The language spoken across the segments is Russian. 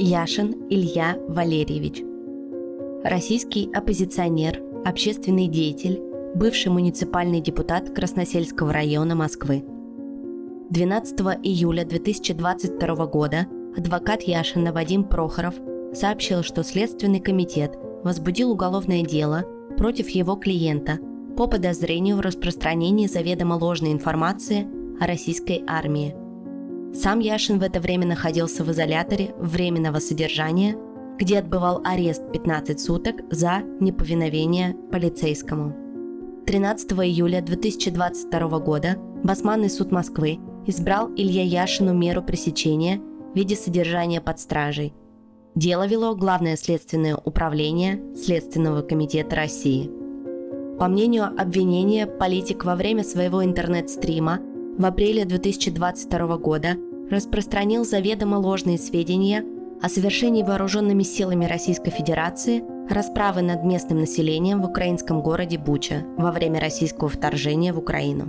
Яшин Илья Валерьевич. Российский оппозиционер, общественный деятель, бывший муниципальный депутат Красносельского района Москвы. 12 июля 2022 года адвокат Яшина Вадим Прохоров сообщил, что Следственный комитет возбудил уголовное дело против его клиента по подозрению в распространении заведомо ложной информации о российской армии. Сам Яшин в это время находился в изоляторе временного содержания, где отбывал арест 15 суток за неповиновение полицейскому. 13 июля 2022 года Басманный суд Москвы избрал Илье Яшину меру пресечения в виде содержания под стражей. Дело вело Главное следственное управление Следственного комитета России. По мнению обвинения, политик во время своего интернет-стрима в апреле 2022 года распространил заведомо ложные сведения о совершении вооруженными силами Российской Федерации расправы над местным населением в украинском городе Буча во время российского вторжения в Украину.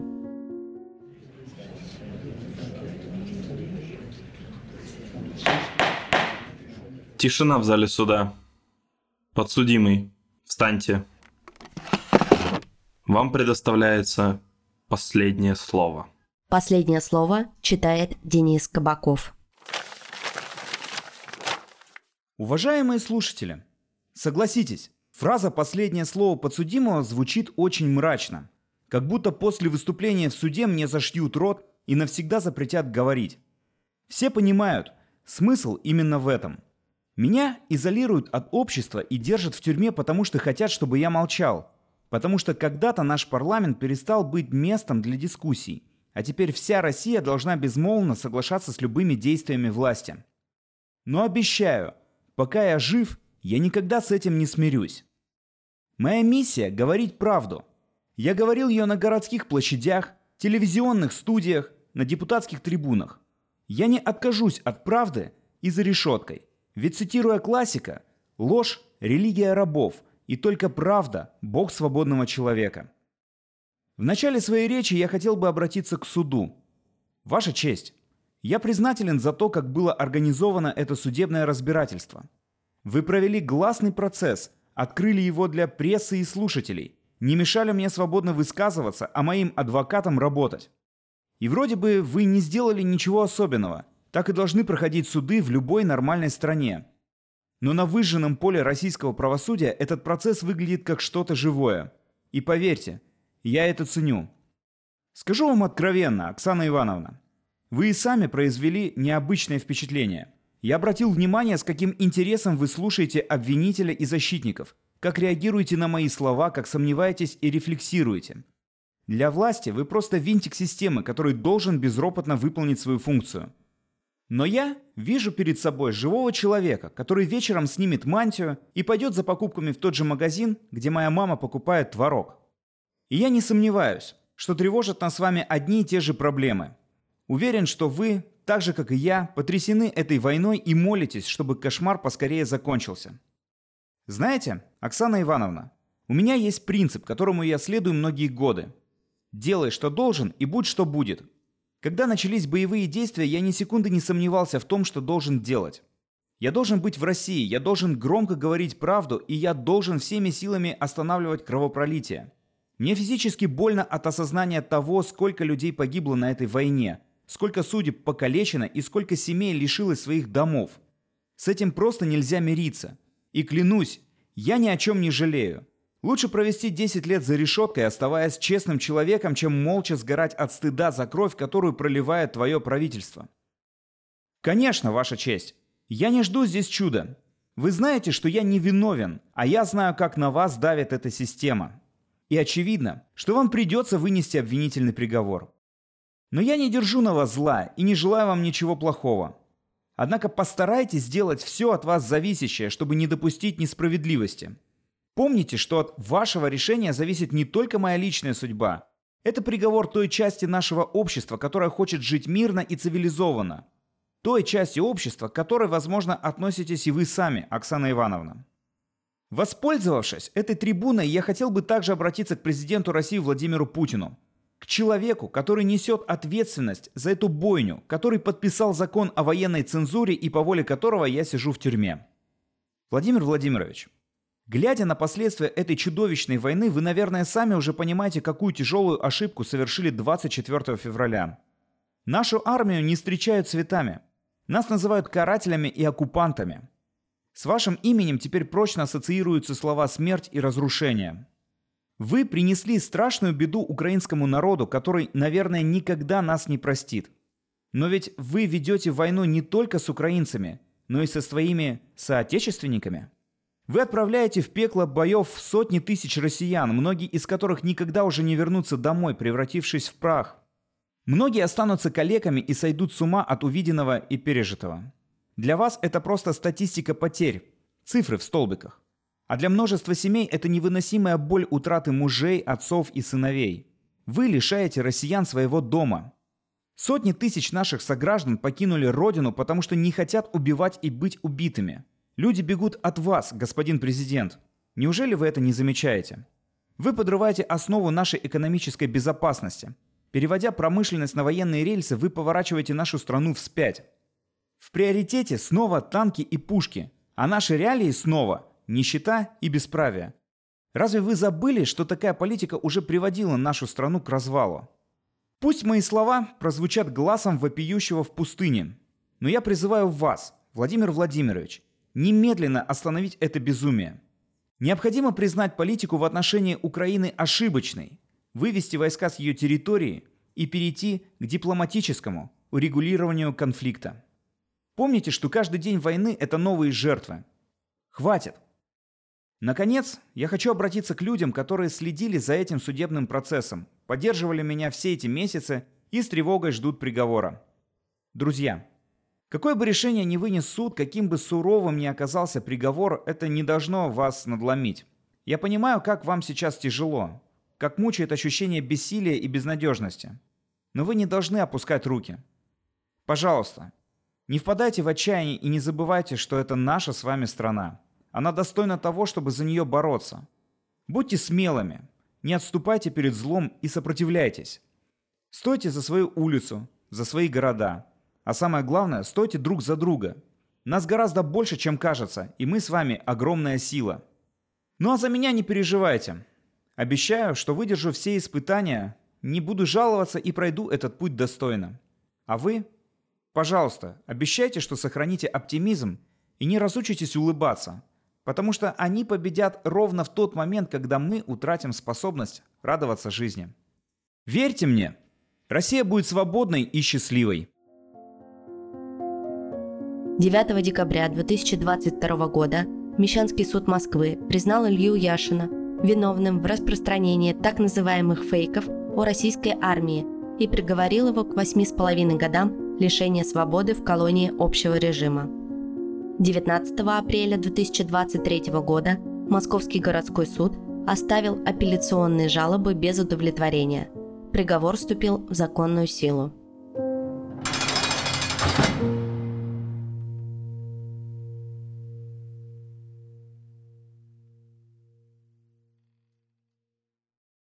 Тишина в зале суда. Подсудимый, встаньте. Вам предоставляется последнее слово. Последнее слово читает Денис Кабаков. Уважаемые слушатели, согласитесь, фраза «последнее слово подсудимого» звучит очень мрачно. Как будто после выступления в суде мне зашьют рот и навсегда запретят говорить. Все понимают, смысл именно в этом. Меня изолируют от общества и держат в тюрьме, потому что хотят, чтобы я молчал. Потому что когда-то наш парламент перестал быть местом для дискуссий, а теперь вся Россия должна безмолвно соглашаться с любыми действиями власти. Но обещаю, пока я жив, я никогда с этим не смирюсь. Моя миссия – говорить правду. Я говорил ее на городских площадях, телевизионных студиях, на депутатских трибунах. Я не откажусь от правды и за решеткой. Ведь, цитируя классика, ложь – религия рабов, и только правда – Бог свободного человека. В начале своей речи я хотел бы обратиться к суду. Ваша честь, я признателен за то, как было организовано это судебное разбирательство. Вы провели гласный процесс, открыли его для прессы и слушателей, не мешали мне свободно высказываться, а моим адвокатам работать. И вроде бы вы не сделали ничего особенного, так и должны проходить суды в любой нормальной стране. Но на выжженном поле российского правосудия этот процесс выглядит как что-то живое. И поверьте, я это ценю. Скажу вам откровенно, Оксана Ивановна, вы и сами произвели необычное впечатление. Я обратил внимание, с каким интересом вы слушаете обвинителя и защитников, как реагируете на мои слова, как сомневаетесь и рефлексируете. Для власти вы просто винтик системы, который должен безропотно выполнить свою функцию. Но я вижу перед собой живого человека, который вечером снимет мантию и пойдет за покупками в тот же магазин, где моя мама покупает творог. И я не сомневаюсь, что тревожат нас с вами одни и те же проблемы. Уверен, что вы, так же как и я, потрясены этой войной и молитесь, чтобы кошмар поскорее закончился. Знаете, Оксана Ивановна, у меня есть принцип, которому я следую многие годы. Делай, что должен, и будь, что будет. Когда начались боевые действия, я ни секунды не сомневался в том, что должен делать. Я должен быть в России, я должен громко говорить правду, и я должен всеми силами останавливать кровопролитие. Мне физически больно от осознания того, сколько людей погибло на этой войне, сколько судеб покалечено и сколько семей лишилось своих домов. С этим просто нельзя мириться. И клянусь, я ни о чем не жалею. Лучше провести 10 лет за решеткой, оставаясь честным человеком, чем молча сгорать от стыда за кровь, которую проливает твое правительство. Конечно, Ваша честь, я не жду здесь чуда. Вы знаете, что я не виновен, а я знаю, как на вас давит эта система. И очевидно, что вам придется вынести обвинительный приговор. Но я не держу на вас зла и не желаю вам ничего плохого. Однако постарайтесь сделать все от вас зависящее, чтобы не допустить несправедливости. Помните, что от вашего решения зависит не только моя личная судьба. Это приговор той части нашего общества, которая хочет жить мирно и цивилизованно. Той части общества, к которой, возможно, относитесь и вы сами, Оксана Ивановна. Воспользовавшись этой трибуной, я хотел бы также обратиться к президенту России Владимиру Путину. К человеку, который несет ответственность за эту бойню, который подписал закон о военной цензуре и по воле которого я сижу в тюрьме. Владимир Владимирович, глядя на последствия этой чудовищной войны, вы, наверное, сами уже понимаете, какую тяжелую ошибку совершили 24 февраля. Нашу армию не встречают цветами. Нас называют карателями и оккупантами. С вашим именем теперь прочно ассоциируются слова «смерть» и «разрушение». Вы принесли страшную беду украинскому народу, который, наверное, никогда нас не простит. Но ведь вы ведете войну не только с украинцами, но и со своими соотечественниками. Вы отправляете в пекло боев сотни тысяч россиян, многие из которых никогда уже не вернутся домой, превратившись в прах. Многие останутся калеками и сойдут с ума от увиденного и пережитого. Для вас это просто статистика потерь, цифры в столбиках. А для множества семей это невыносимая боль утраты мужей, отцов и сыновей. Вы лишаете россиян своего дома. Сотни тысяч наших сограждан покинули родину, потому что не хотят убивать и быть убитыми. Люди бегут от вас, господин президент. Неужели вы это не замечаете? Вы подрываете основу нашей экономической безопасности. Переводя промышленность на военные рельсы, вы поворачиваете нашу страну вспять. В приоритете снова танки и пушки, а наши реалии снова нищета и бесправие. Разве вы забыли, что такая политика уже приводила нашу страну к развалу? Пусть мои слова прозвучат гласом вопиющего в пустыне, но я призываю вас, Владимир Владимирович, немедленно остановить это безумие. Необходимо признать политику в отношении Украины ошибочной, вывести войска с ее территории и перейти к дипломатическому урегулированию конфликта. Помните, что каждый день войны – это новые жертвы. Хватит. Наконец, я хочу обратиться к людям, которые следили за этим судебным процессом, поддерживали меня все эти месяцы и с тревогой ждут приговора. Друзья, какое бы решение ни вынес суд, каким бы суровым ни оказался приговор, это не должно вас надломить. Я понимаю, как вам сейчас тяжело, как мучает ощущение бессилия и безнадежности. Но вы не должны опускать руки. Пожалуйста, не впадайте в отчаяние и не забывайте, что это наша с вами страна. Она достойна того, чтобы за нее бороться. Будьте смелыми, не отступайте перед злом и сопротивляйтесь. Стойте за свою улицу, за свои города. А самое главное, стойте друг за друга. Нас гораздо больше, чем кажется, и мы с вами огромная сила. Ну а за меня не переживайте. Обещаю, что выдержу все испытания, не буду жаловаться и пройду этот путь достойно. А вы? Пожалуйста, обещайте, что сохраните оптимизм и не разучитесь улыбаться. Потому что они победят ровно в тот момент, когда мы утратим способность радоваться жизни. Верьте мне, Россия будет свободной и счастливой. 9 декабря 2022 года Мещанский суд Москвы признал Илью Яшина виновным в распространении так называемых фейков о российской армии и приговорил его к 8,5 годам лишения свободы в колонии общего режима. 19 апреля 2023 года Московский городской суд оставил апелляционные жалобы без удовлетворения. Приговор вступил в законную силу.